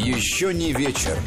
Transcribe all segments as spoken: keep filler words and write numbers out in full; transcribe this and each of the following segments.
Еще не вечер.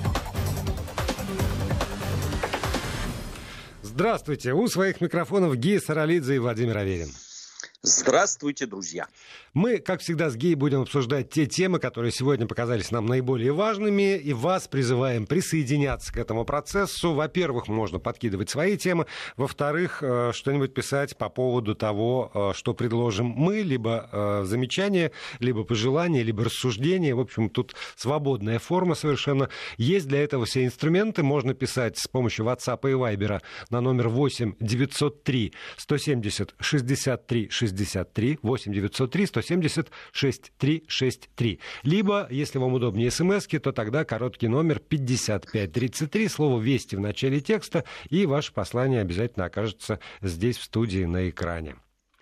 Здравствуйте. У своих микрофонов Гия Саралидзе и Владимир Аверин. Здравствуйте, друзья. Мы, как всегда, с Гей будем обсуждать те темы, которые сегодня показались нам наиболее важными, и вас призываем присоединяться к этому процессу. Во-первых, можно подкидывать свои темы. Во-вторых, что-нибудь писать по поводу того, что предложим мы, либо замечания, либо пожелания, либо рассуждения. В общем, тут свободная форма совершенно. Есть для этого все инструменты. Можно писать с помощью WhatsApp и Viber на номер восемь девятьсот три сто семьдесят шестьдесят три шестьдесят три, восемь девятьсот три сто семьдесят шестьдесят три шестьдесят три. Либо, если вам удобнее смски, то тогда короткий номер пятьдесят пять тридцать три, слово «Вести» в начале текста, и ваше послание обязательно окажется здесь, в студии, на экране.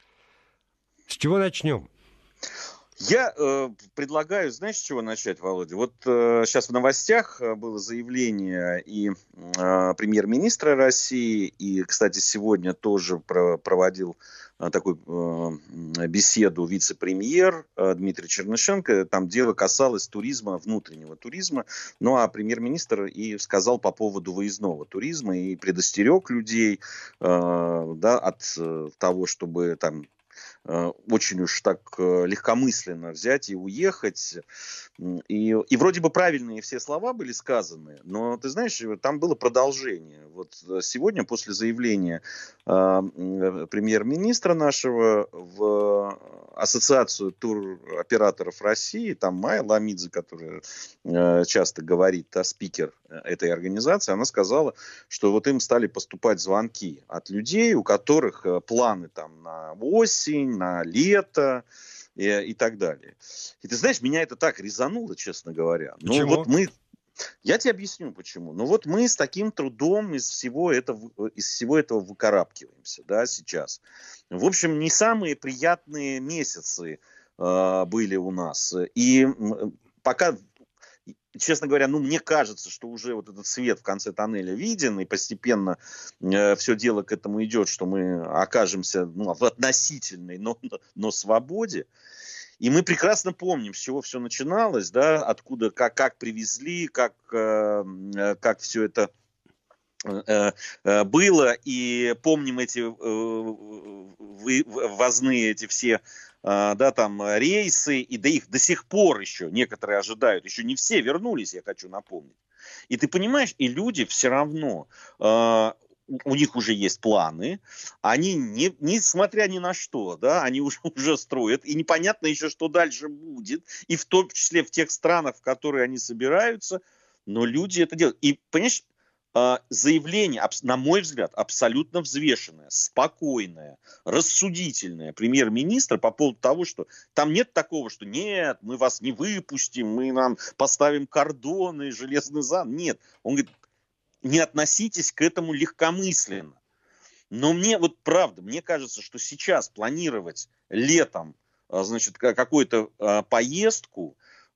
С чего начнем? Я э, предлагаю, знаешь, с чего начать, Володя? Вот э, сейчас в новостях было заявление и э, премьер-министра России, и, кстати, сегодня тоже про- проводил э, такую э, беседу вице-премьер э, Дмитрий Чернышенко. Там дело касалось туризма, внутреннего туризма. Ну, а премьер-министр и сказал по поводу выездного туризма и предостерег людей э, да, от э, того, чтобы там очень уж так легкомысленно взять и уехать. И, и вроде бы правильные все слова были сказаны, но, ты знаешь, там было продолжение. Вот сегодня, после заявления э, премьер-министра нашего в Ассоциацию туроператоров России, там Майя Ламидзе, которая э, часто говорит, да, спикер этой организации, она сказала, что вот им стали поступать звонки от людей, у которых планы там на осень, на лето и, и так далее. И ты знаешь, меня это так резануло, честно говоря. Почему? Ну вот мы, я тебе объясню почему. Ну вот мы с таким трудом из всего этого, из всего этого выкарабкиваемся, да, сейчас. В общем, не самые приятные месяцы э, были у нас. И пока, честно говоря, ну, мне кажется, что уже вот этот свет в конце тоннеля виден, и постепенно э, все дело к этому идет, что мы окажемся, ну, в относительной, но, но свободе. И мы прекрасно помним, с чего все начиналось, да, откуда, как, как привезли, как, э, как все это э, э, было, и помним эти э, ввозные, эти все, да, там, рейсы, и до их до сих пор еще некоторые ожидают, еще не все вернулись, я хочу напомнить. И ты понимаешь, и люди все равно, э, у них уже есть планы, они, не, несмотря ни на что, да, они уже, уже строят, и непонятно еще, что дальше будет, и в том числе в тех странах, в которые они собираются, но люди это делают. И, понимаешь, заявление, на мой взгляд, абсолютно взвешенное, спокойное, рассудительное премьер-министра по поводу того, что там нет такого, что нет, мы вас не выпустим, мы нам поставим кордоны, железный зан. Нет. Он говорит, не относитесь к этому легкомысленно. Но мне, вот правда, мне кажется, что сейчас планировать летом, значит, какую-то поездку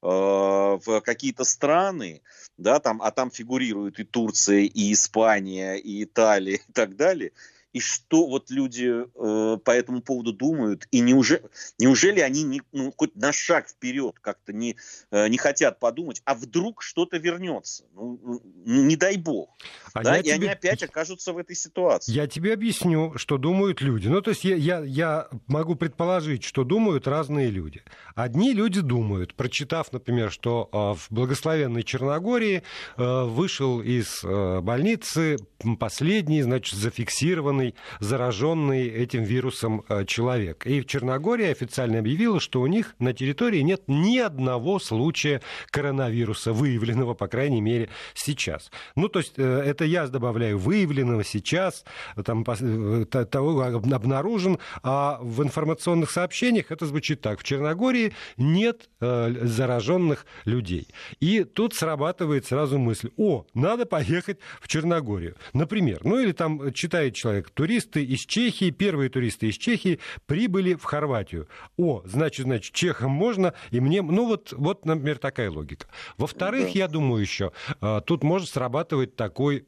в какие-то страны, да, там, а там фигурируют и Турция, и Испания, и Италия, и так далее. И что вот люди э, по этому поводу думают? И неужели, неужели они не, ну, хоть на шаг вперед как-то не, э, не хотят подумать, а вдруг что-то вернется? Ну, ну не дай бог. А да? И тебе... они опять окажутся в этой ситуации. Я тебе объясню, что думают люди. Ну, то есть я, я, я могу предположить, что думают разные люди. Одни люди думают, прочитав, например, что э, в благословенной Черногории э, вышел из э, больницы последний, значит, зафиксированный, зараженный этим вирусом э, человек. И в Черногории официально объявила, что у них на территории нет ни одного случая коронавируса, выявленного, по крайней мере, сейчас. Ну, то есть э, это я добавляю выявленного сейчас, там, э, того обнаружен, а в информационных сообщениях это звучит так. В Черногории нет э, зараженных людей. И тут срабатывает сразу мысль, о, надо поехать в Черногорию. Например, ну или там читает человек, туристы из Чехии, первые туристы из Чехии прибыли в Хорватию. О, значит, значит, чехам можно, и мне... Ну, вот, вот например, такая логика. Во-вторых, да. я думаю еще, тут может срабатывать такой принцип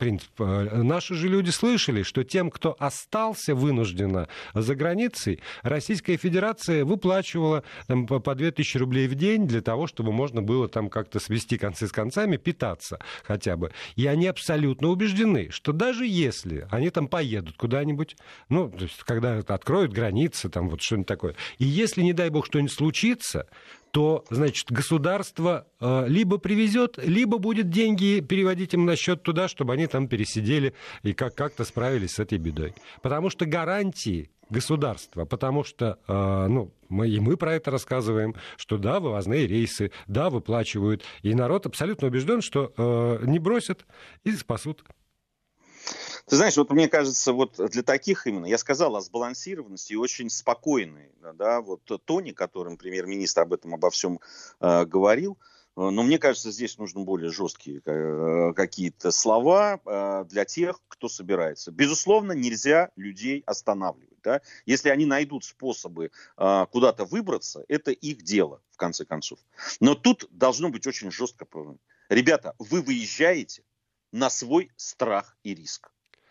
принцип. Наши же люди слышали, что тем, кто остался вынужденно за границей, Российская Федерация выплачивала там, по две тысячи рублей в день для того, чтобы можно было там как-то свести концы с концами, питаться хотя бы. И они абсолютно убеждены, что даже если они там поедут куда-нибудь, ну, то есть, когда откроют границы, там вот что-нибудь такое, и если, не дай бог, что-нибудь случится, то, значит, государство э, либо привезет, либо будет деньги переводить им на счет туда, чтобы они там пересидели и как- как-то справились с этой бедой. Потому что гарантии государства, потому что, э, ну, мы, и мы про это рассказываем, что да, вывозные рейсы, да, выплачивают, и народ абсолютно убежден, что э, не бросят и спасут. Ты знаешь, вот мне кажется, вот для таких именно, я сказал о сбалансированности и очень спокойной, да, вот тоне, которым премьер-министр об этом, обо всем э, говорил, но мне кажется, здесь нужны более жесткие э, какие-то слова э, для тех, кто собирается. Безусловно, нельзя людей останавливать, да, если они найдут способы э, куда-то выбраться, это их дело, в конце концов. Но тут должно быть очень жестко. Ребята, вы выезжаете на свой страх и риск.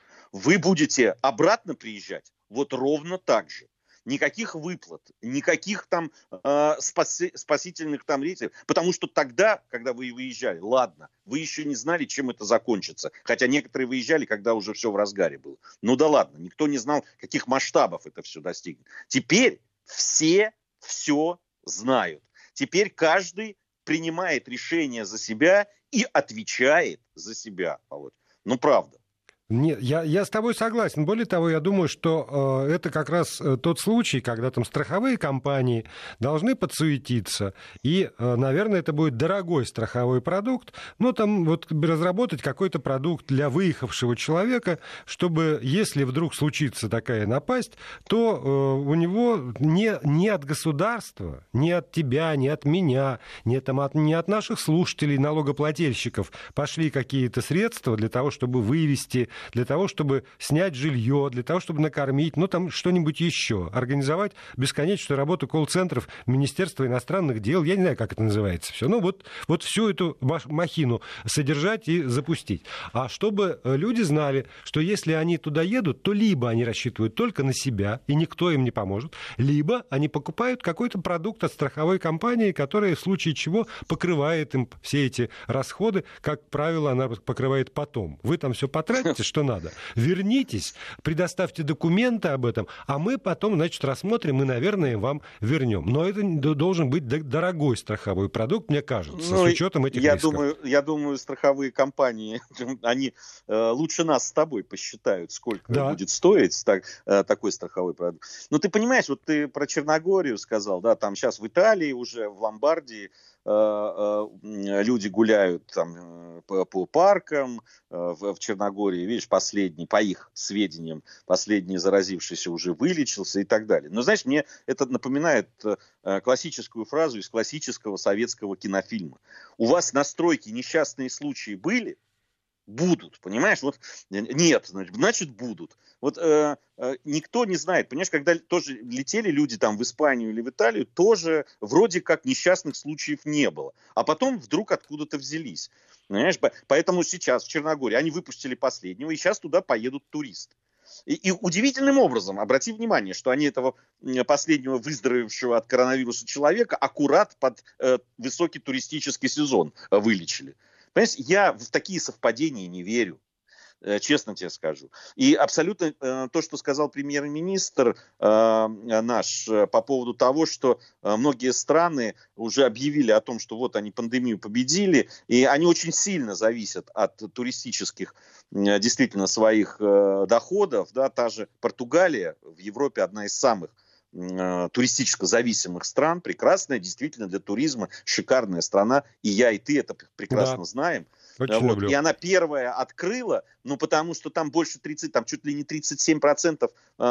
Вы будете обратно приезжать вот ровно так же. Никаких выплат, никаких там э, спаси, спасительных там рейсов. Потому что тогда, когда вы выезжали, ладно, вы еще не знали, чем это закончится. Хотя некоторые выезжали, когда уже все в разгаре было. Ну да ладно, никто не знал, каких масштабов это все достигнет. Теперь все все знают. Теперь каждый принимает решение за себя и отвечает за себя. Володь. Ну правда. Нет, я, я с тобой согласен. Более того, я думаю, что э, это как раз э, тот случай, когда там страховые компании должны подсуетиться. И, э, наверное, это будет дорогой страховой продукт. Но там вот разработать какой-то продукт для выехавшего человека, чтобы, если вдруг случится такая напасть, то э, у него не, не от государства, не от тебя, не от меня, не, там, от, не от наших слушателей, налогоплательщиков пошли какие-то средства для того, чтобы вывести, для того, чтобы снять жилье, для того, чтобы накормить, ну, там что-нибудь еще, организовать бесконечную работу колл-центров Министерства иностранных дел, я не знаю, как это называется все, ну, вот, вот всю эту махину содержать и запустить. А чтобы люди знали, что если они туда едут, то либо они рассчитывают только на себя, и никто им не поможет, либо они покупают какой-то продукт от страховой компании, которая в случае чего покрывает им все эти расходы, как правило, она покрывает потом. Вы там все потратите, что надо. Вернитесь, предоставьте документы об этом, а мы потом, значит, рассмотрим и, наверное, вам вернем. Но это должен быть дорогой страховой продукт, мне кажется, ну, с учетом этих я рисков. Думаю, я думаю, страховые компании, они э, лучше нас с тобой посчитают, сколько да. будет стоить так, э, такой страховой продукт. Но ты понимаешь, вот ты про Черногорию сказал, да, там сейчас в Италии уже, в Ломбардии, люди гуляют там по, по паркам в, в Черногории, видишь, последний, по их сведениям, последний заразившийся уже вылечился и так далее. Но знаешь, мне это напоминает классическую фразу из классического советского кинофильма. У вас на стройке несчастные случаи были? Будут, понимаешь? Вот нет, значит будут. Вот э, э, никто не знает, понимаешь, когда тоже летели люди там в Испанию или в Италию, тоже вроде как несчастных случаев не было, а потом вдруг откуда-то взялись, понимаешь? Поэтому сейчас в Черногории они выпустили последнего, и сейчас туда поедут туристы. И, и удивительным образом, обрати внимание, что они этого последнего выздоровевшего от коронавируса человека аккурат под э, высокий туристический сезон вылечили. Понимаешь, я в такие совпадения не верю, честно тебе скажу. И абсолютно э, то, что сказал премьер-министр э, наш по поводу того, что э, многие страны уже объявили о том, что вот они пандемию победили, и они очень сильно зависят от туристических э, действительно своих э, доходов. Да, та же Португалия в Европе одна из самых туристически зависимых стран, прекрасная, действительно для туризма, шикарная страна, и я, и ты это прекрасно да. знаем. Вот. И она первая открыла, ну потому что там больше тридцать, там чуть ли не тридцать семь процентов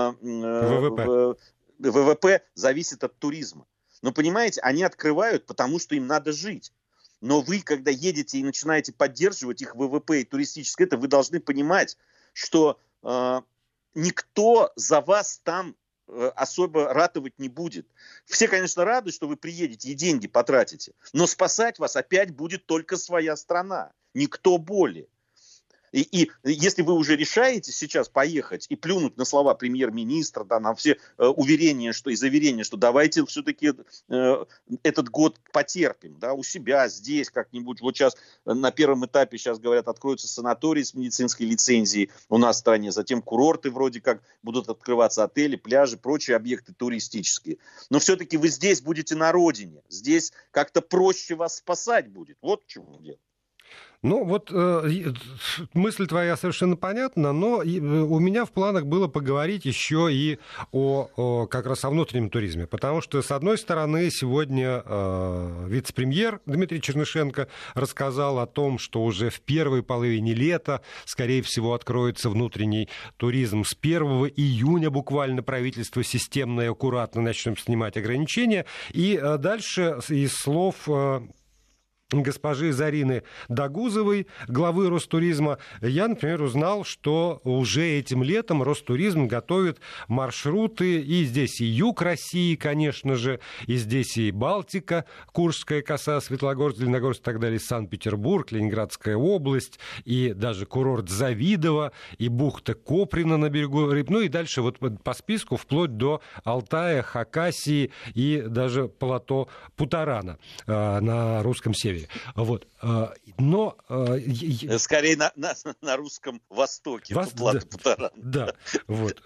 ВВП. ВВП зависит от туризма. Но понимаете, они открывают, потому что им надо жить. Но вы, когда едете и начинаете поддерживать их ВВП и туристическое, это вы должны понимать, что э, никто за вас там особо ратовать не будет. Все, конечно, рады, что вы приедете и деньги потратите, но спасать вас опять будет только своя страна, никто более. И, и если вы уже решаете сейчас поехать и плюнуть на слова премьер-министра, да, на все э, уверения, что, и заверения, что давайте все-таки э, этот год потерпим, да, у себя, здесь как-нибудь. Вот сейчас на первом этапе, сейчас говорят, откроются санатории с медицинской лицензией у нас в стране, затем курорты вроде как будут открываться, отели, пляжи, прочие объекты туристические. Но все-таки вы здесь будете на родине, здесь как-то проще вас спасать будет. Вот в чем дело. Ну, вот э, мысль твоя совершенно понятна, но и, у меня в планах было поговорить еще и о, о как раз о внутреннем туризме, потому что, с одной стороны, сегодня э, вице-премьер Дмитрий Чернышенко рассказал о том, что уже в первой половине лета, скорее всего, откроется внутренний туризм. С первого июня буквально правительство системно и аккуратно начнем снимать ограничения. И э, дальше из слов... Э, госпожи Зарины Дагузовой, главы Ростуризма, я, например, узнал, что уже этим летом Ростуризм готовит маршруты, и здесь и юг России, конечно же, и здесь и Балтика, Куршская коса, Светлогорск, Зеленогорск и так далее, Санкт-Петербург, Ленинградская область, и даже курорт Завидово, и бухта Коприна на берегу Рыб, ну и дальше вот по списку вплоть до Алтая, Хакасии и даже плато Путарана э, на русском севере. Вот. Но... Скорее на, на, на русском востоке. Вас... Плато да, Путарана. Да, вот.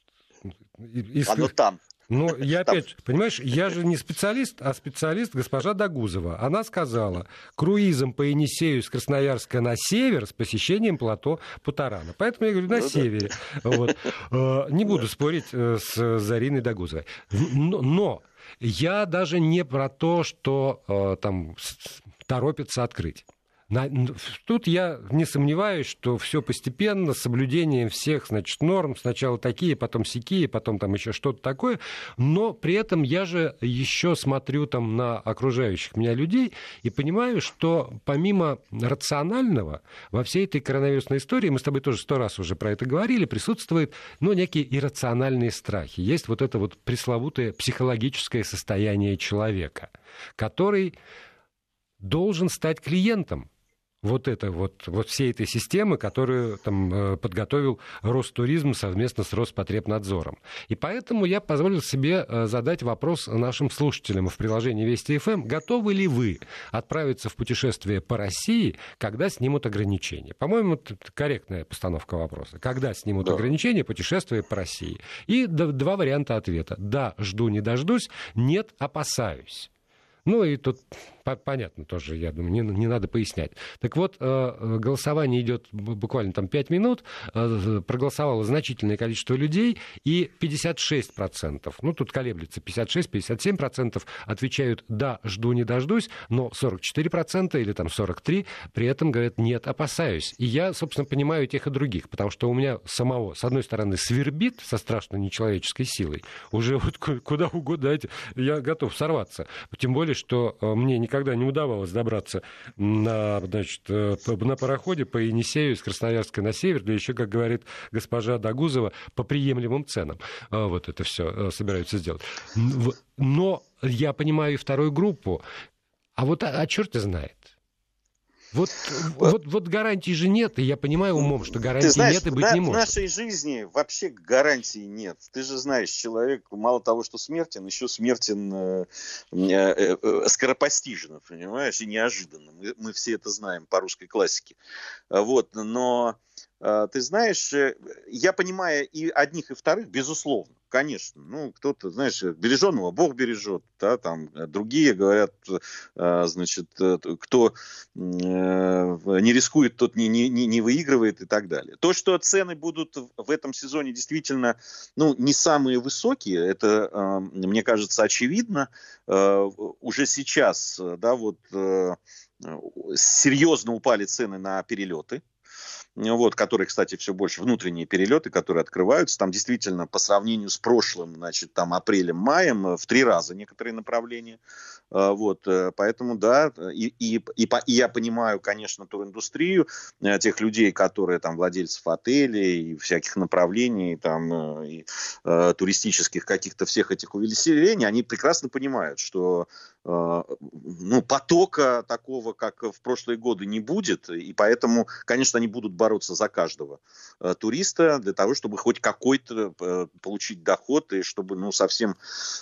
И... Оно там. Ну, я там. опять, понимаешь, я же не специалист, а специалист госпожа Дагузова. Она сказала, круизом по Енисею из Красноярска на север с посещением плато Путарана. Поэтому я говорю, на ну, севере. Да. Вот. Не буду спорить с Зариной Дагузовой. Но... но... Я даже не про то, что э, там торопится открыть. На, тут я не сомневаюсь, что все постепенно, с соблюдением всех, значит, норм, сначала такие, потом сякие, потом там еще что-то такое, но при этом я же еще смотрю там на окружающих меня людей и понимаю, что помимо рационального во всей этой коронавирусной истории, мы с тобой тоже сто раз уже про это говорили, присутствуют, ну, некие иррациональные страхи. Есть вот это вот пресловутое психологическое состояние человека, который должен стать клиентом вот, это, вот, вот всей этой системы, которую там, подготовил Ростуризм совместно с Роспотребнадзором. И поэтому я позволил себе задать вопрос нашим слушателям в приложении Вести эф эм. Готовы ли вы отправиться в путешествие по России, когда снимут ограничения? По-моему, это корректная постановка вопроса. Когда снимут да. ограничения, путешествие по России? И два варианта ответа. Да, жду, не дождусь. Нет, опасаюсь. Ну и тут понятно тоже, я думаю, не, не надо пояснять. Так вот, голосование идет буквально там пять минут, проголосовало значительное количество людей, и пятьдесят шесть процентов, ну тут колеблется, пятьдесят шесть - пятьдесят семь процентов отвечают «да, жду, не дождусь», но сорок четыре процента или там сорок три процента при этом говорят «нет, опасаюсь». И я, собственно, понимаю и тех, и других, потому что у меня самого, с одной стороны, свербит со страшно нечеловеческой силой, уже вот куда угодно, знаете, я готов сорваться, тем более, что мне никогда не удавалось добраться на, значит, на пароходе по Енисею из Красноярска на север, да еще, как говорит госпожа Дагузова, по приемлемым ценам. Вот это все собираются сделать. Но я понимаю и вторую группу. А вот а, а черт знает. Вот, вот, вот гарантий же нет, и я понимаю умом, что гарантий знаешь, нет и быть на, не может. В нашей жизни вообще гарантий нет. Ты же знаешь, человек мало того, что смертен, еще смертен э, э, э, скоропостижно, понимаешь, и неожиданно. Мы, мы все это знаем по русской классике. Вот, но э, ты знаешь, я понимаю и одних, и вторых, безусловно. Конечно, ну, кто-то, знаешь, береженного Бог бережет, да, там, другие говорят, значит, кто не рискует, тот не, не, не выигрывает и так далее. То, что цены будут в этом сезоне действительно, ну, не самые высокие, это, мне кажется, очевидно. Уже сейчас, да, вот, серьезно упали цены на перелеты. Вот, которые, кстати, все больше внутренние перелеты, которые открываются. Там действительно по сравнению с прошлым, значит, там апрелем-маем в три раза некоторые направления. Вот, поэтому, да, и, и, и, и я понимаю, конечно, туриндустрию, тех людей, которые там владельцев отелей и всяких направлений, там, и, э, туристических каких-то всех этих увеселений, они прекрасно понимают, что э, ну, потока такого, как в прошлые годы, не будет, и поэтому, конечно, они будут бороться бороться за каждого э, туриста для того, чтобы хоть какой-то э, получить доход и чтобы, ну, совсем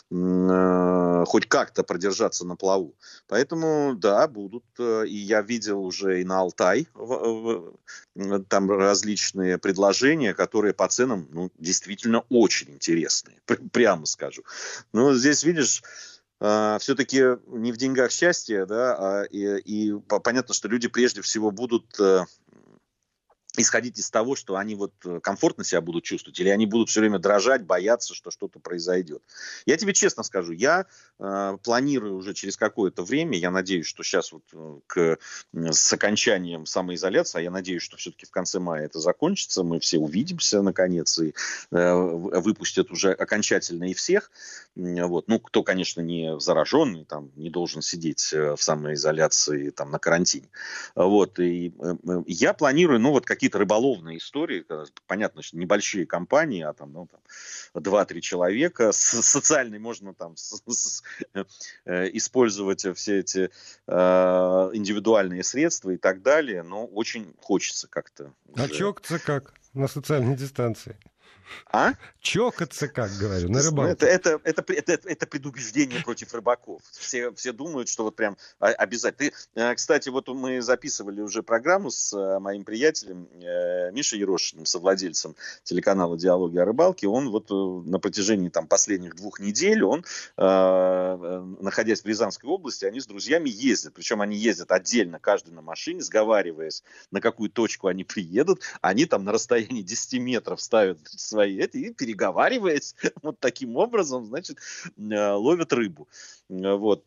э, хоть как-то продержаться на плаву. Поэтому, да, будут. Э, и я видел уже и на Алтай в, в, там различные предложения, которые по ценам, ну, действительно очень интересные, прямо скажу. Но здесь, видишь, все-таки не в деньгах счастье, да, а, и, и понятно, что люди прежде всего будут э, исходить из того, что они вот комфортно себя будут чувствовать, или они будут все время дрожать, бояться, что что-то произойдет. Я тебе честно скажу, я э, планирую уже через какое-то время, я надеюсь, что сейчас вот э, к, с окончанием самоизоляции, а я надеюсь, что все-таки в конце мая это закончится, мы все увидимся наконец и э, выпустят уже окончательно и всех. Вот. Ну, кто, конечно, не зараженный, там, не должен сидеть в самоизоляции там, на карантине. Вот. И э, я планирую, ну, вот какие какие-то рыболовные истории, понятно, что небольшие компании, а там, ну, там два-три человека, с социальной можно там с, с, э, использовать все эти э, индивидуальные средства и так далее, но очень хочется как-то. Уже... А чокаться как на социальной дистанции? А? Чокаться, как говорю, на рыбалке. Это, это, это, это, это предубеждение против рыбаков. Все, все думают, что вот прям обязательно. Ты, кстати, вот мы записывали уже программу с моим приятелем Мишей Ерошиным, совладельцем телеканала «Диалоги о рыбалке». Он вот на протяжении там, последних двух недель, он, находясь в Рязанской области, они с друзьями ездят. Причем они ездят отдельно, каждый на машине, сговариваясь, на какую точку они приедут. Они там на расстоянии десяти метров ставят свои эти и, переговариваясь вот таким образом, значит, ловят рыбу. Вот.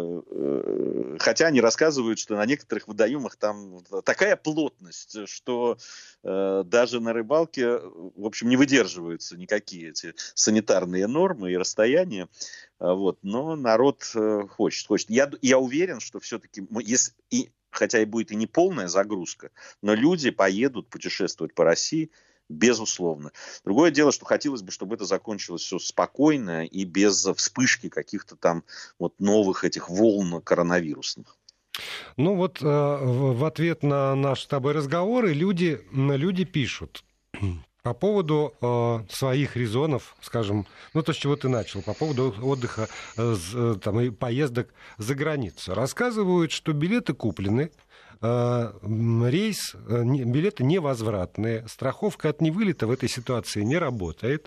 Хотя они рассказывают, что на некоторых водоемах там такая плотность, что даже на рыбалке, в общем, не выдерживаются никакие эти санитарные нормы и расстояния. Вот. Но народ хочет. хочет. Я, я уверен, что все-таки, если и, хотя и будет и не полная загрузка, но люди поедут путешествовать по России, безусловно. Другое дело, что хотелось бы, чтобы это закончилось все спокойно и без вспышки каких-то там вот новых этих волн коронавирусных. Ну вот э, в ответ на наш с тобой разговоры люди, люди пишут по поводу э, своих резонов, скажем, ну то, с чего ты начал, по поводу отдыха, э, там, и поездок за границу. Рассказывают, что билеты куплены, рейс, билеты невозвратные, страховка от невылета в этой ситуации не работает.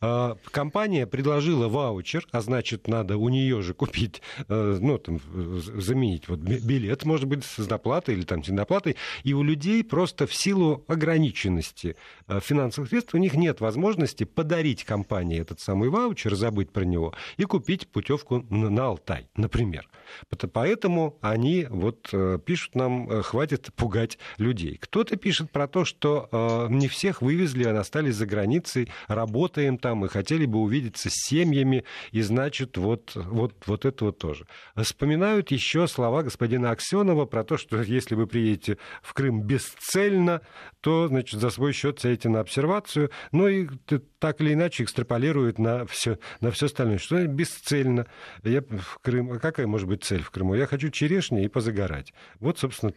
Компания предложила ваучер, а значит, надо у нее же купить, ну, там, заменить вот билет, может быть, с доплатой или там с недоплатой, и у людей просто в силу ограниченности финансовых средств у них нет возможности подарить компании этот самый ваучер, забыть про него и купить путевку на Алтай, например. Поэтому они вот пишут нам: хватит пугать людей. Кто-то пишет про то, что э, не всех вывезли, а остались за границей, работаем там и хотели бы увидеться с семьями, и значит, вот, вот, вот это вот тоже. Вспоминают еще слова господина Аксенова про то, что если вы приедете в Крым бесцельно, то, значит, за свой счет сядете на обсервацию, ну и так или иначе экстраполируют на все, на все остальное. Что бесцельно? Я в Крым... А какая может быть цель в Крыму? Я хочу черешни и позагорать. Вот, собственно,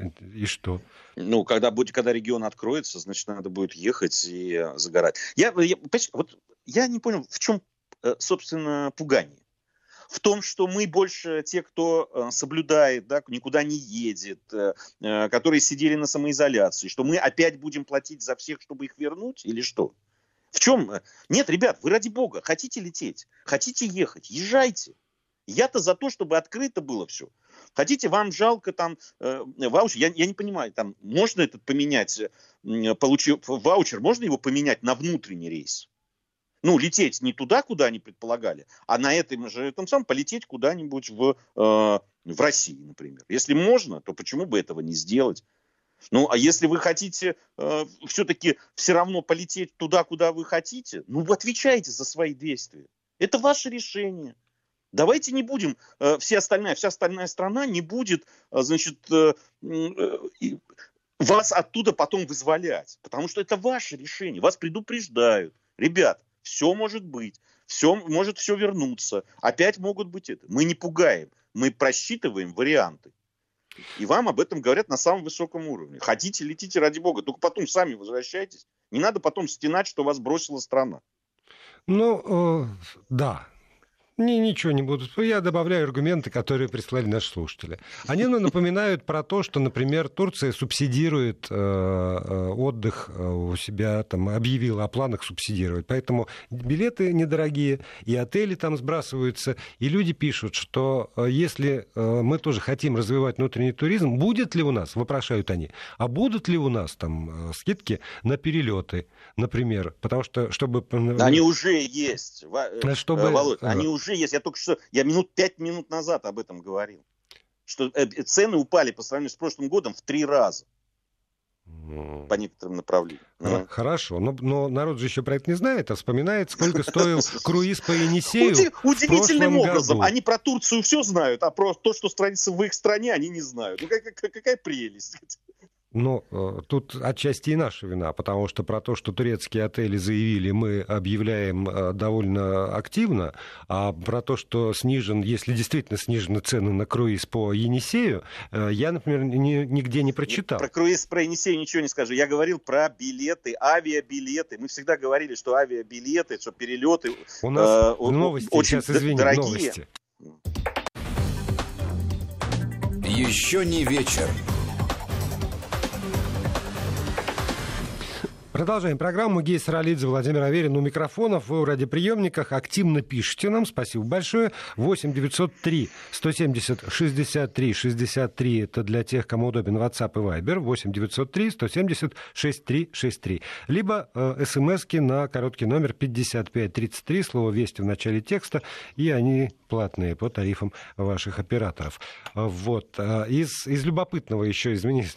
и что? Ну, когда, будет, когда регион откроется, значит, надо будет ехать и загорать. Я, я, вот, я не понял, в чем, собственно, пугание. В том, что мы больше те, кто соблюдает, да, никуда не едет, которые сидели на самоизоляции, что мы опять будем платить за всех, чтобы их вернуть, или что? В чем? Нет, ребят, вы ради бога, хотите лететь, хотите ехать, езжайте. Я-то за то, чтобы открыто было все. Хотите, вам жалко там э, ваучер? Я, я не понимаю, там можно этот поменять, э, получив ваучер, можно его поменять на внутренний рейс? Ну, лететь не туда, куда они предполагали, а на этом же этом самом полететь куда-нибудь в, э, в России, например. Если можно, то почему бы этого не сделать? Ну, а если вы хотите э, все-таки все равно полететь туда, куда вы хотите, ну, вы отвечаете за свои действия. Это ваше решение. Давайте не будем, э, все остальная, вся остальная страна не будет, э, значит, э, э, вас оттуда потом вызволять. Потому что это ваше решение. Вас предупреждают. Ребят, все может быть. Все, может все вернуться. Опять могут быть это. Мы не пугаем. Мы просчитываем варианты. И вам об этом говорят на самом высоком уровне. Хотите, летите, ради бога, только потом сами возвращайтесь. Не надо потом стенать, что вас бросила страна. Ну, э, да. Не, ничего не буду. Я добавляю аргументы, которые прислали наши слушатели. Они напоминают про то, что, например, Турция субсидирует э, отдых у себя, там, объявила о планах субсидировать. Поэтому билеты недорогие, и отели там сбрасываются. И люди пишут, что если мы тоже хотим развивать внутренний туризм, будет ли у нас, вопрошают они, а будут ли у нас там скидки на перелеты, например? Потому что, чтобы... Они уже есть, чтобы... Володь, они уже уже есть. Я только что, я минут пять минут назад об этом говорил. Что э, цены упали по сравнению с прошлым годом в три раза. Mm. По некоторым направлениям. Mm. Хорошо, но, но народ же еще про это не знает, а вспоминает, сколько стоил круиз по Енисею. Удивительным образом. Они про Турцию все знают, а про то, что творится в их стране, они не знают. Ну какая, какая прелесть. Ну, тут отчасти и наша вина, потому что про то, что турецкие отели заявили, мы объявляем довольно активно, а про то, что снижен, если действительно снижены цены на круиз по Енисею, я, например, ни, нигде не прочитал. Про круиз про Енисею ничего не скажу. Я говорил про билеты, авиабилеты. Мы всегда говорили, что авиабилеты, что перелеты у нас э, новости, очень сейчас, извини, дорогие. Новости. Еще не вечер. Продолжаем программу. Гей Саралидзе, Владимир Аверин у микрофонов. Вы в радиоприемниках. Активно пишите нам. Спасибо большое. восемь девятьсот три сто семьдесят шестьдесят три шестьдесят три. Это для тех, кому удобен WhatsApp и Viber. восемь девятьсот три сто семьдесят шестьдесят три шестьдесят три. Либо э, смски на короткий номер пятьдесят пять тридцать три. Слово «Вести» в начале текста. И они платные по тарифам ваших операторов. Вот. Из, из любопытного еще, извините,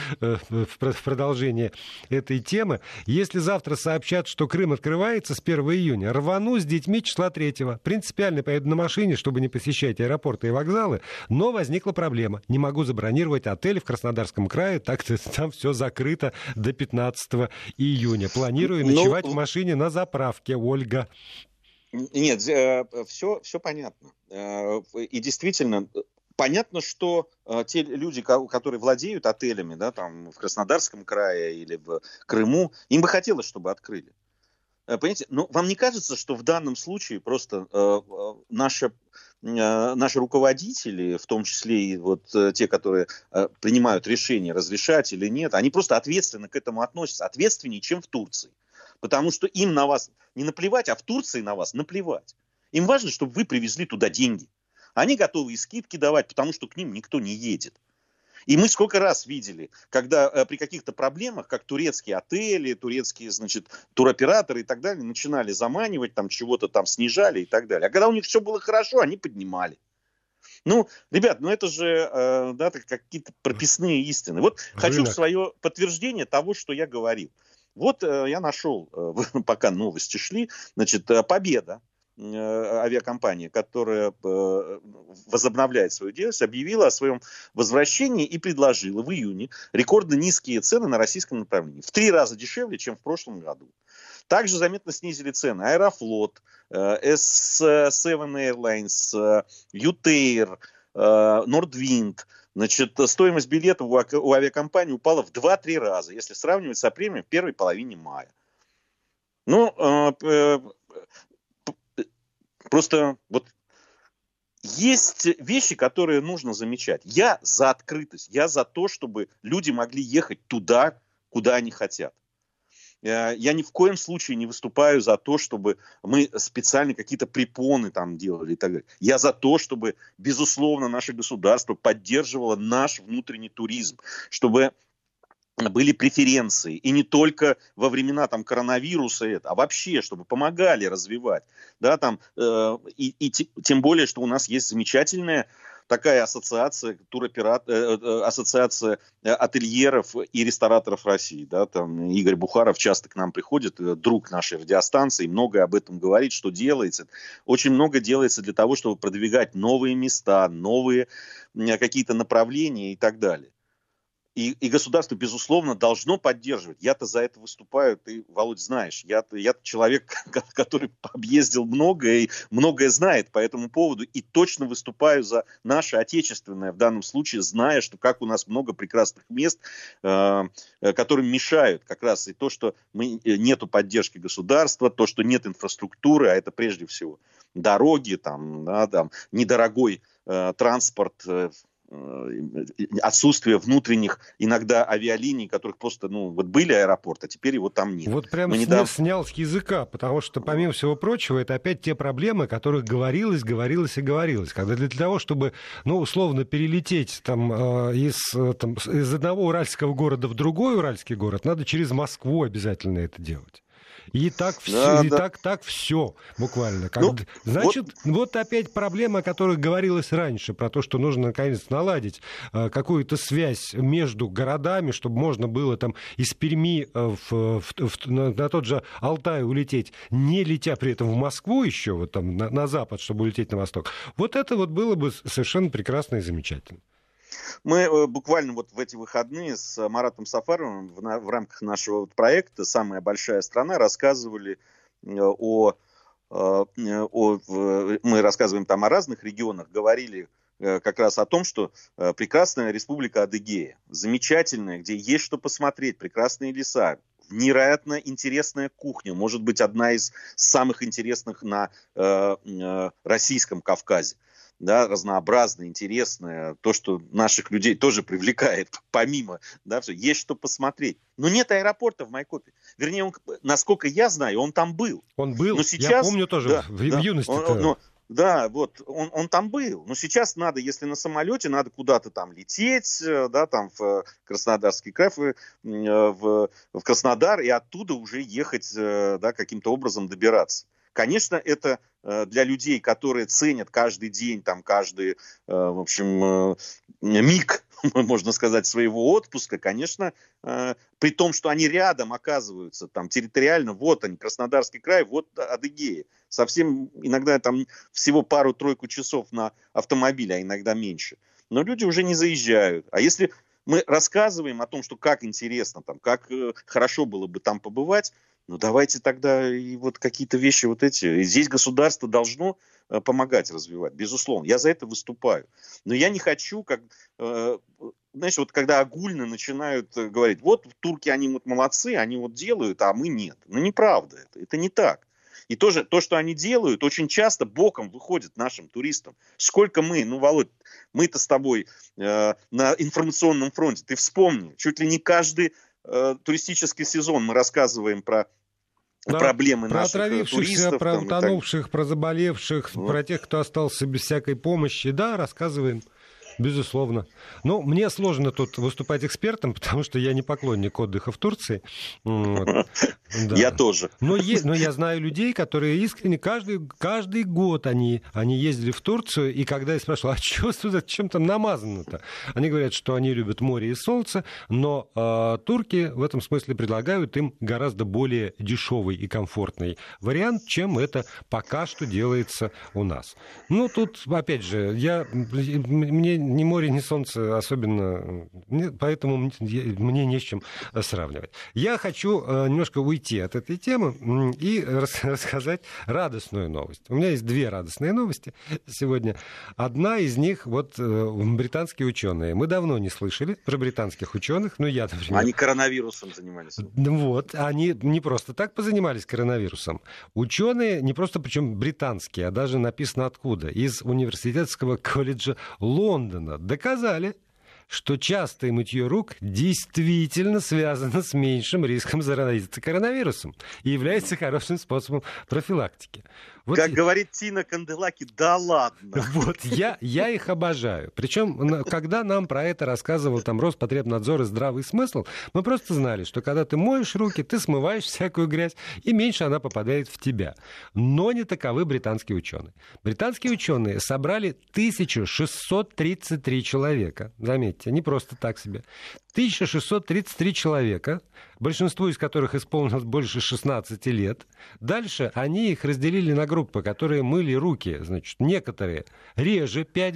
в продолжение этой темы. Если завтра сообщат, что Крым открывается с первого июня, рвану с детьми числа третьего. Принципиально поеду на машине, чтобы не посещать аэропорты и вокзалы, но возникла проблема. Не могу забронировать отель в Краснодарском крае, так-то там все закрыто до пятнадцатого июня. Планирую ночевать ну, в машине на заправке, Ольга. Нет, все, все понятно. И действительно... Понятно, что э, те люди, которые владеют отелями, да, там, в Краснодарском крае или в Крыму, им бы хотелось, чтобы открыли. Э, понимаете? Но вам не кажется, что в данном случае просто э, наши, э, наши руководители, в том числе и вот, э, те, которые э, принимают решение, разрешать или нет, они просто ответственно к этому относятся, ответственнее, чем в Турции. Потому что им на вас не наплевать, а в Турции на вас наплевать. Им важно, чтобы вы привезли туда деньги. Они готовы и скидки давать, потому что к ним никто не едет. И мы сколько раз видели, когда э, при каких-то проблемах, как турецкие отели, турецкие, значит, туроператоры и так далее, начинали заманивать, там чего-то там снижали и так далее. А когда у них все было хорошо, они поднимали. Ну, ребят, ну это же э, да, какие-то прописные истины. Вот Рынок. Хочу свое подтверждение того, что я говорил. Вот э, я нашел, э, пока новости шли, значит, э, Победа. Авиакомпания, которая возобновляет свою деятельность, объявила о своем возвращении и предложила в июне рекордно низкие цены на российском направлении. В три раза дешевле, чем в прошлом году. Также заметно снизили цены Аэрофлот, эс севен Airlines, Ютейр, Нордвинд. Значит, стоимость билетов у авиакомпании упала в два-три раза, если сравнивать с апрелем в первой половине мая. Ну, просто вот есть вещи, которые нужно замечать. Я за открытость, я за то, чтобы люди могли ехать туда, куда они хотят. Я ни в коем случае не выступаю за то, чтобы мы специально какие-то препоны там делали и так далее. Я за то, чтобы, безусловно, наше государство поддерживало наш внутренний туризм, чтобы были преференции, и не только во времена там, коронавируса, это, а вообще, чтобы помогали развивать. Да, там, э, и, и тем более, что у нас есть замечательная такая ассоциация, туроперат, э, э, ассоциация ательеров и рестораторов России. Да, там Игорь Бухаров часто к нам приходит, друг нашей радиостанции, многое об этом говорит, что делается. Очень много делается для того, чтобы продвигать новые места, новые какие-то направления и так далее. И, и государство, безусловно, должно поддерживать. Я-то за это выступаю, ты, Володь, знаешь. Я-то, я-то человек, который объездил многое и многое знает по этому поводу. И точно выступаю за наше отечественное в данном случае, зная, что как у нас много прекрасных мест, э, которым мешают как раз и то, что мы, нету поддержки государства, то, что нет инфраструктуры, а это прежде всего дороги, там, да, там, недорогой э, транспорт, э, отсутствие внутренних иногда авиалиний, которых просто, ну, вот были аэропорты, а теперь его там нет. Вот прям недавно... снял с языка, потому что, помимо всего прочего, это опять те проблемы, о которых говорилось, говорилось и говорилось. Когда для того, чтобы, ну, условно, перелететь там, из, там, из одного уральского города в другой уральский город, надо через Москву обязательно это делать. И так все, да, и да. так, так все, буквально. Как, ну, значит, вот... вот опять проблема, о которой говорилось раньше, про то, что нужно наконец наладить э, какую-то связь между городами, чтобы можно было там из Перми э, в, в, в, на, на тот же Алтай улететь, не летя при этом в Москву еще, вот там на, на запад, чтобы улететь на восток. Вот это вот было бы совершенно прекрасно и замечательно. Мы буквально вот в эти выходные с Маратом Сафаровым в, на, в рамках нашего проекта «Самая большая страна» рассказывали о, о, о... Мы рассказываем там о разных регионах, говорили как раз о том, что прекрасная республика Адыгея, замечательная, где есть что посмотреть, прекрасные леса, невероятно интересная кухня, может быть, одна из самых интересных на э, э, Российском Кавказе. Да, разнообразное, интересное, то, что наших людей тоже привлекает, помимо, да, все, есть что посмотреть. Но нет аэропорта в Майкопе. Вернее, он, насколько я знаю, он там был. Он был, но сейчас, я помню тоже, да, в, да, в юности. Он, он, но, да, вот, он, он там был. Но сейчас надо, если на самолете, надо куда-то там лететь, да, там в Краснодарский край, в, в, в Краснодар, и оттуда уже ехать, да, каким-то образом добираться. Конечно, это для людей, которые ценят каждый день, там, каждый, в общем, миг, можно сказать, своего отпуска, конечно, при том, что они рядом оказываются, там, территориально, вот они, Краснодарский край, вот Адыгея. Совсем иногда там всего пару-тройку часов на автомобиле, а иногда меньше. Но люди уже не заезжают. А если мы рассказываем о том, что как интересно, там, как хорошо было бы там побывать, ну, давайте тогда и вот какие-то вещи вот эти. И здесь государство должно э, помогать развивать, безусловно. Я за это выступаю. Но я не хочу, как, э, знаешь, вот когда огульно начинают говорить, вот турки, они вот молодцы, они вот делают, а мы нет. Ну, неправда это, это не так. И тоже то, что они делают, очень часто боком выходит нашим туристам. Сколько мы, ну, Володь, мы-то с тобой э, на информационном фронте, ты вспомни, чуть ли не каждый э, туристический сезон мы рассказываем про Да, проблемы про наших отравившихся, туристов. Про там, утонувших, про заболевших, вот. Про тех, кто остался без всякой помощи. Да, рассказываем. Безусловно. Но мне сложно тут выступать экспертом, потому что я не поклонник отдыха в Турции. Вот. Да. Я тоже. Но, е- но я знаю людей, которые искренне каждый, каждый год они, они ездили в Турцию, и когда я спрашивал, а что туда, чем там намазано-то? Они говорят, что они любят море и солнце, но э, турки в этом смысле предлагают им гораздо более дешевый и комфортный вариант, чем это пока что делается у нас. Ну, тут, опять же, я, мне ни море, ни солнце особенно, поэтому мне не с чем сравнивать. Я хочу немножко уйти от этой темы и рассказать радостную новость. У меня есть две радостные новости сегодня. Одна из них, вот британские ученые. Мы давно не слышали про британских ученых, ну я, например... Они коронавирусом занимались. Вот, они не просто так позанимались коронавирусом. Ученые, не просто причем британские, а даже написано откуда, из университетского колледжа Лондона, доказали, что частое мытье рук действительно связано с меньшим риском заразиться коронавирусом и является хорошим способом профилактики. Вот как и... говорит Тина Канделаки, да ладно. Вот, я, я их обожаю. Причем, когда нам про это рассказывал там Роспотребнадзор и здравый смысл, мы просто знали, что когда ты моешь руки, ты смываешь всякую грязь, и меньше она попадает в тебя. Но не таковы британские ученые. Британские ученые собрали тысячу шестьсот тридцать три человека. Заметьте, не просто так себе. тысяча шестьсот тридцать три человека большинству из которых исполнилось больше шестнадцати лет. Дальше они их разделили на группы, которые мыли руки. Значит, некоторые реже пять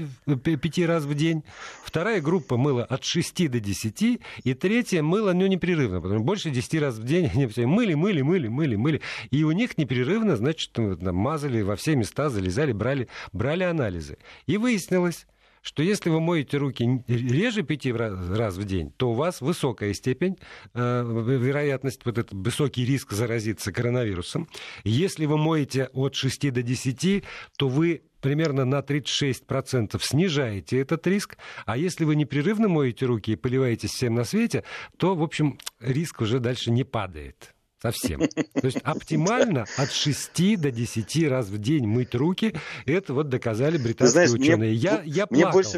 раз в день. Вторая группа мыла от шести до десяти. И третья мыла, ну, непрерывно. Потому что больше десяти раз в день они все мыли, мыли, мыли, мыли, мыли. И у них непрерывно, значит, там, мазали во все места, залезали, брали, брали анализы. И выяснилось, что если вы моете руки реже пяти раз в день, то у вас высокая степень, э, вероятность, вот этот высокий риск заразиться коронавирусом. Если вы моете от шести до десяти, то вы примерно на тридцать шесть процентов снижаете этот риск. А если вы непрерывно моете руки и поливаетесь всем на свете, то, в общем, риск уже дальше не падает. Совсем. То есть оптимально от шести до десяти раз в день мыть руки. Это вот доказали британские знаешь, ученые. Мне, я, я мне, плакал. больше,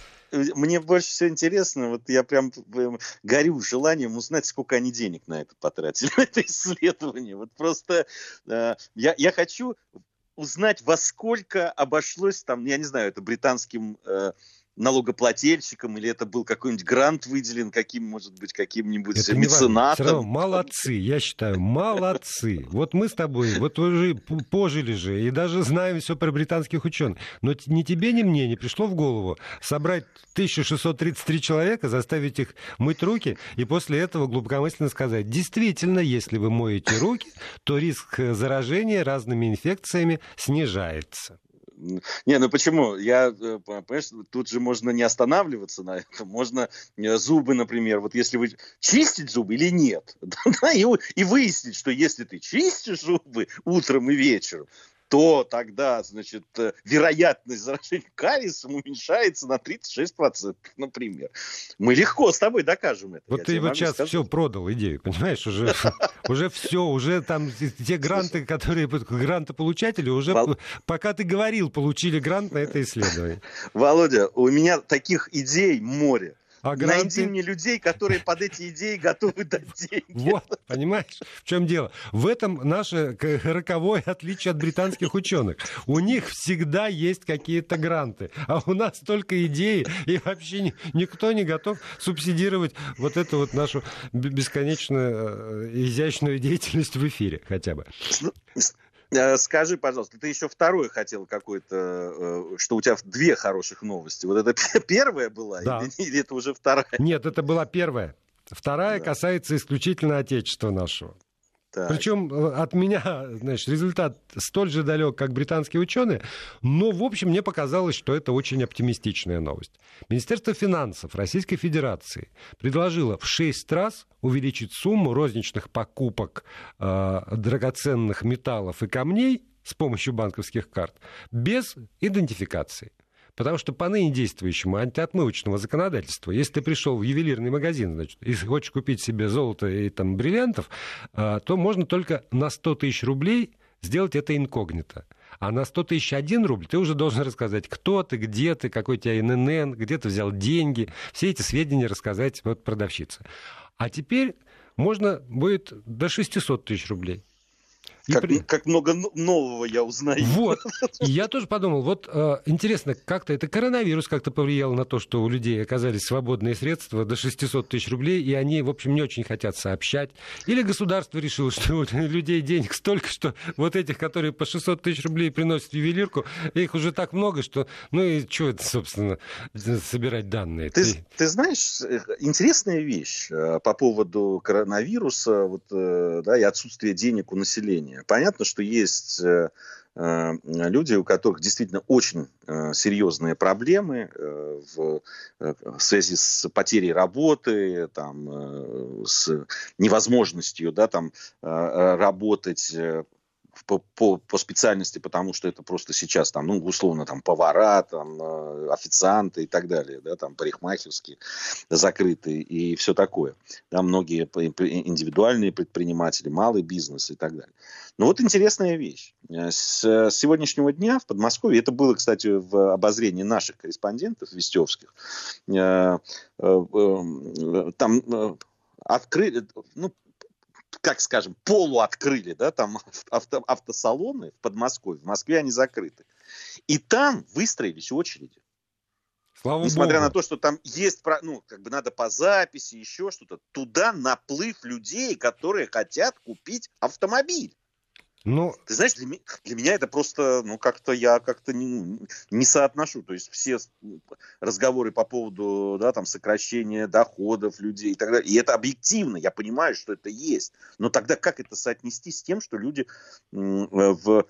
мне больше всего интересно, вот я прям горю желанием узнать, сколько они денег на это потратили, на это исследование. Вот просто э, я, я хочу узнать, во сколько обошлось там, я не знаю, это британским... Э, налогоплательщикам, или это был какой-нибудь грант выделен, каким, может быть, каким-нибудь это меценатом. Все равно молодцы, я считаю, молодцы. Вот мы с тобой, вот уже пожили же, и даже знаем все про британских ученых. Но ни тебе, ни мне не пришло в голову собрать тысячу шестьсот тридцать три человека, заставить их мыть руки, и после этого глубокомысленно сказать, действительно, если вы моете руки, то риск заражения разными инфекциями снижается. Не, ну почему? Я, понимаешь, тут же можно не останавливаться на этом. Можно зубы, например, вот если вы чистить зубы или нет, да, и, и выяснить, что если ты чистишь зубы утром и вечером, то тогда, значит, вероятность заражения кариесом уменьшается на тридцать шесть процентов, например. Мы легко с тобой докажем это. Вот ты вот сейчас сказать. Все продал идею, понимаешь, уже, уже все, уже там те гранты, которые грантополучатели, уже пока ты говорил, получили грант на это исследование. Володя, у меня таких идей море. А гранты... Найди мне людей, которые под эти идеи готовы дать деньги. Вот, понимаешь, в чем дело? В этом наше роковое отличие от британских ученых. У них всегда есть какие-то гранты, а у нас только идеи, и вообще ни, никто не готов субсидировать вот эту вот нашу бесконечно изящную деятельность в эфире хотя бы. Скажи, пожалуйста, ты еще второе хотел какое-то, что у тебя две хороших новости. Вот это первая была, да. или, или это уже вторая? Нет, это была первая. Вторая да. касается исключительно отечества нашего. Так. Причем от меня, значит, результат столь же далек, как британские ученые, но, в общем, мне показалось, что это очень оптимистичная новость. Министерство финансов Российской Федерации предложило в шесть раз увеличить сумму розничных покупок э, драгоценных металлов и камней с помощью банковских карт без идентификации. Потому что по ныне действующему антиотмывочному законодательству, если ты пришел в ювелирный магазин, значит, и хочешь купить себе золото и там, бриллиантов, то можно только на сто тысяч рублей сделать это инкогнито. А на сто тысяч один рубль ты уже должен рассказать, кто ты, где ты, какой у тебя эн эн эн, где ты взял деньги. Все эти сведения рассказать вот, продавщице. А теперь можно будет до шестьсот тысяч рублей. Как, при... как много нового я узнаю. Вот. И я тоже подумал, вот э, интересно, как-то это коронавирус как-то повлиял на то, что у людей оказались свободные средства до шестьсот тысяч рублей, и они, в общем, не очень хотят сообщать. Или государство решило, что у людей денег столько, что вот этих, которые по шестьсот тысяч рублей приносят в ювелирку, их уже так много, что, ну и что это, собственно, собирать данные? Ты, ты... ты знаешь, интересная вещь по поводу коронавируса, вот, да, и отсутствия денег у населения. Понятно, что есть э, э, люди, у которых действительно очень э, серьезные проблемы э, в, э, в связи с потерей работы, там, э, с невозможностью да, там, э, работать э, По, по, по специальности, потому что это просто сейчас, там, ну, условно, там, повара, там, официанты и так далее, да, там, парикмахерские закрыты и все такое. Да, многие индивидуальные предприниматели, малый бизнес и так далее. Но вот интересная вещь. С сегодняшнего дня в Подмосковье, это было, кстати, в обозрении наших корреспондентов вестевских, там открыли, ну, как скажем, полуоткрыли, да, там авто, автосалоны в Подмосковье, в Москве они закрыты. И там выстроились очереди. Слава Несмотря Богу. на то, что там есть, ну, как бы надо по записи, еще что-то, туда наплыв людей, которые хотят купить автомобиль. Ну, ты знаешь, для, ми- для меня это просто, ну, как-то я как-то не, не соотношу. То есть все разговоры по поводу, да, там, сокращения доходов людей и так далее. И это объективно, я понимаю, что это есть. Но тогда как это соотнести с тем, что люди м, в...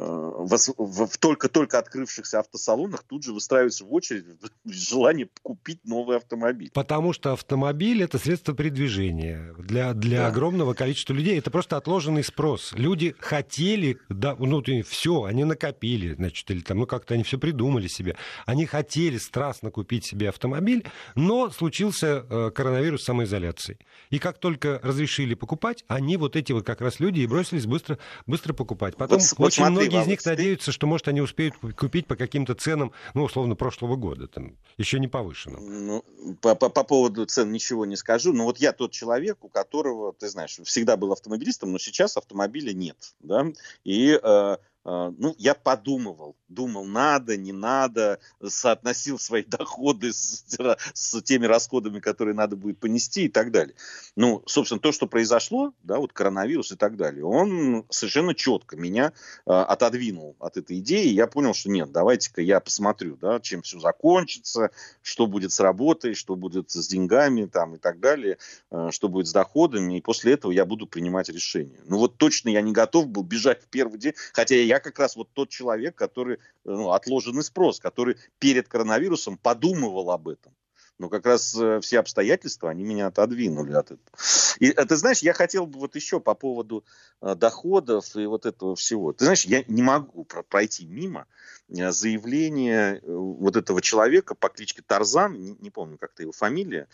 В, в, в только-только открывшихся автосалонах тут же выстраиваются в очередь в желание купить новый автомобиль. Потому что автомобиль — это средство передвижения для, для Да. огромного количества людей. Это просто отложенный спрос. Люди хотели, да, ну, все, они накопили, значит, или там, ну, как-то они все придумали себе. Они хотели страстно купить себе автомобиль, но случился э, коронавирус самоизоляции. И как только разрешили покупать, они, вот эти вот как раз люди, и бросились быстро, быстро покупать. Потом Вот, вот очень смотри, многие из них Володь, надеются, что, может, они успеют купить по каким-то ценам, ну, условно, прошлого года, там, еще не повышенным. Ну, по, по, по поводу цен ничего не скажу, но вот я тот человек, у которого, ты знаешь, всегда был автомобилистом, но сейчас автомобиля нет, да, и... Э, Ну, я подумывал, думал, надо, не надо, соотносил свои доходы с, с теми расходами, которые надо будет понести и так далее. Ну, собственно, то, что произошло, да, вот коронавирус и так далее, он совершенно четко меня а, отодвинул от этой идеи, и я понял, что нет, давайте-ка я посмотрю, да, чем все закончится, что будет с работой, что будет с деньгами там, и так далее, а, что будет с доходами, и после этого я буду принимать решение. Ну, вот точно я не готов был бежать в первый день, хотя я Я как раз вот тот человек, который, ну, отложенный спрос, который перед коронавирусом подумывал об этом. Но как раз э, все обстоятельства, они меня отодвинули от этого. И э, ты знаешь, я хотел бы вот еще по поводу э, доходов и вот этого всего. Ты знаешь, я не могу про- пройти мимо э, заявления э, вот этого человека по кличке Тарзан, не, не помню, как-то его фамилия,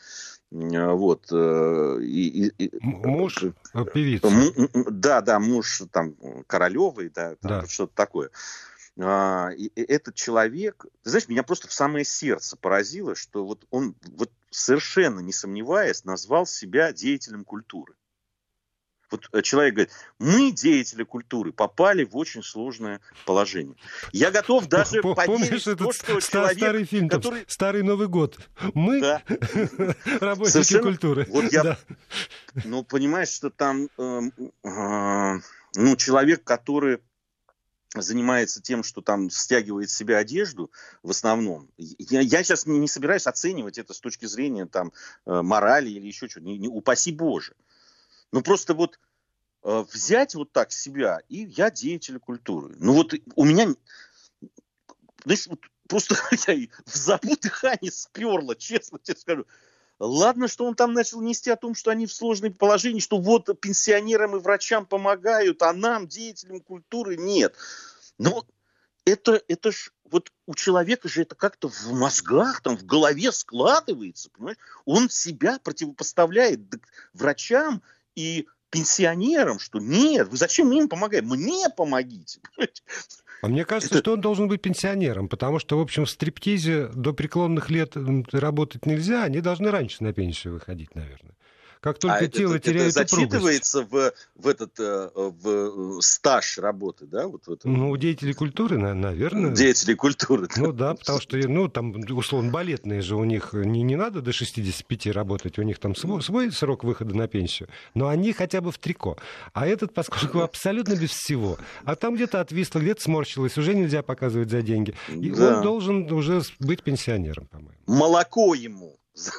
э, вот. Э, и, и, и, Муж э, певицы. м- м- да, да, муж там Королевой, да, там Да. вот что-то такое. А, и, и этот человек, ты знаешь, меня просто в самое сердце поразило, что вот он, вот совершенно не сомневаясь, назвал себя деятелем культуры. Вот человек говорит, мы, деятели культуры, попали в очень сложное положение. Я готов даже Помнишь поверить в то, этот что ста- человек, старый фильм, там, который... «Старый Новый год»? Мы, Да. работники Совершенно. культуры. Вот я, Да. ну, понимаешь, что там, э, э, ну, человек, который занимается тем, что там стягивает с себя одежду в основном. Я, я сейчас не, не собираюсь оценивать это с точки зрения там э, морали или еще чего-то. Не, не, упаси Боже. Ну, просто вот э, взять вот так себя, и я деятель культуры. Ну, вот у меня, знаешь, вот просто я в забу дыхание сперло, честно тебе скажу. Ладно, что он там начал нести о том, что они в сложном положении, что вот пенсионерам и врачам помогают, а нам, деятелям культуры, нет. Но это, это ж, вот у человека же это как-то в мозгах, там, в голове складывается, понимаешь? Он себя противопоставляет врачам и пенсионерам, что нет, вы зачем им помогаете? Мне помогите. Понимаете? А мне кажется, Это... что он должен быть пенсионером, потому что, в общем, в стриптизе до преклонных лет работать нельзя, они должны раньше на пенсию выходить, наверное. Как только а тело это, теряет это упругость. зачитывается в, в этот в стаж работы, да? Вот в этом. Ну, у деятелей культуры, наверное. Деятелей культуры. Ну да, потому что, ну, там, условно, балетные же у них не, не надо до шестидесяти пяти работать, у них там свой, свой срок выхода на пенсию, но они хотя бы в трико. А этот, поскольку абсолютно без всего, а там где-то отвисло, где-то сморщилось, уже нельзя показывать за деньги. И да. Он должен уже быть пенсионером, по-моему. Молоко ему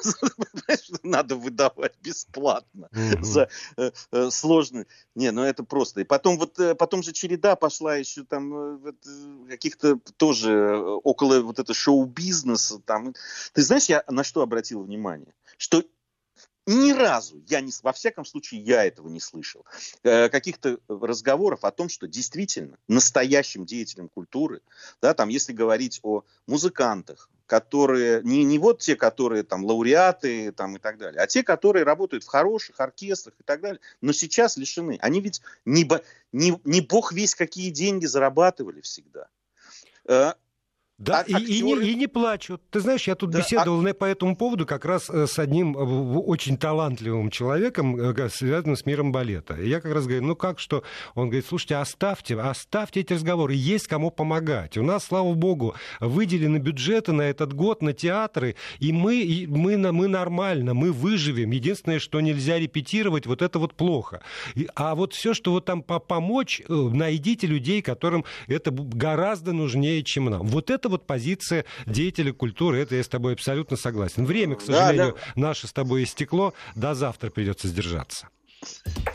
надо выдавать бесплатно mm-hmm. за э, э, сложные. Не, ну это просто. И потом вот э, потом же череда пошла еще там э, вот, каких-то тоже э, около вот этого шоу-бизнеса. Там. Ты знаешь, я на что обратил внимание? Что ни разу, я не, во всяком случае, я этого не слышал, э, каких-то разговоров о том, что действительно настоящим деятелем культуры, да, там, если говорить о музыкантах, которые, не, не вот те, которые там лауреаты там, и так далее, а те, которые работают в хороших оркестрах и так далее, но сейчас лишены. Они ведь не, не, не бог весь какие деньги зарабатывали всегда. Да, А и, актеры... и, не, и не плачут. Ты знаешь, я тут да, беседовал а... по этому поводу как раз с одним очень талантливым человеком, связанным с миром балета. И я как раз говорю, ну как что? Он говорит, слушайте, оставьте, оставьте эти разговоры, есть кому помогать. У нас, слава богу, выделены бюджеты на этот год на театры, и мы, и мы, мы нормально, мы выживем. Единственное, что нельзя репетировать, вот это вот плохо. И, а вот все, что вот там помочь, найдите людей, которым это гораздо нужнее, чем нам. Вот это вот позиция деятеля культуры, это я с тобой абсолютно согласен. Время, к сожалению, да, да. наше с тобой истекло. До завтра придется сдержаться.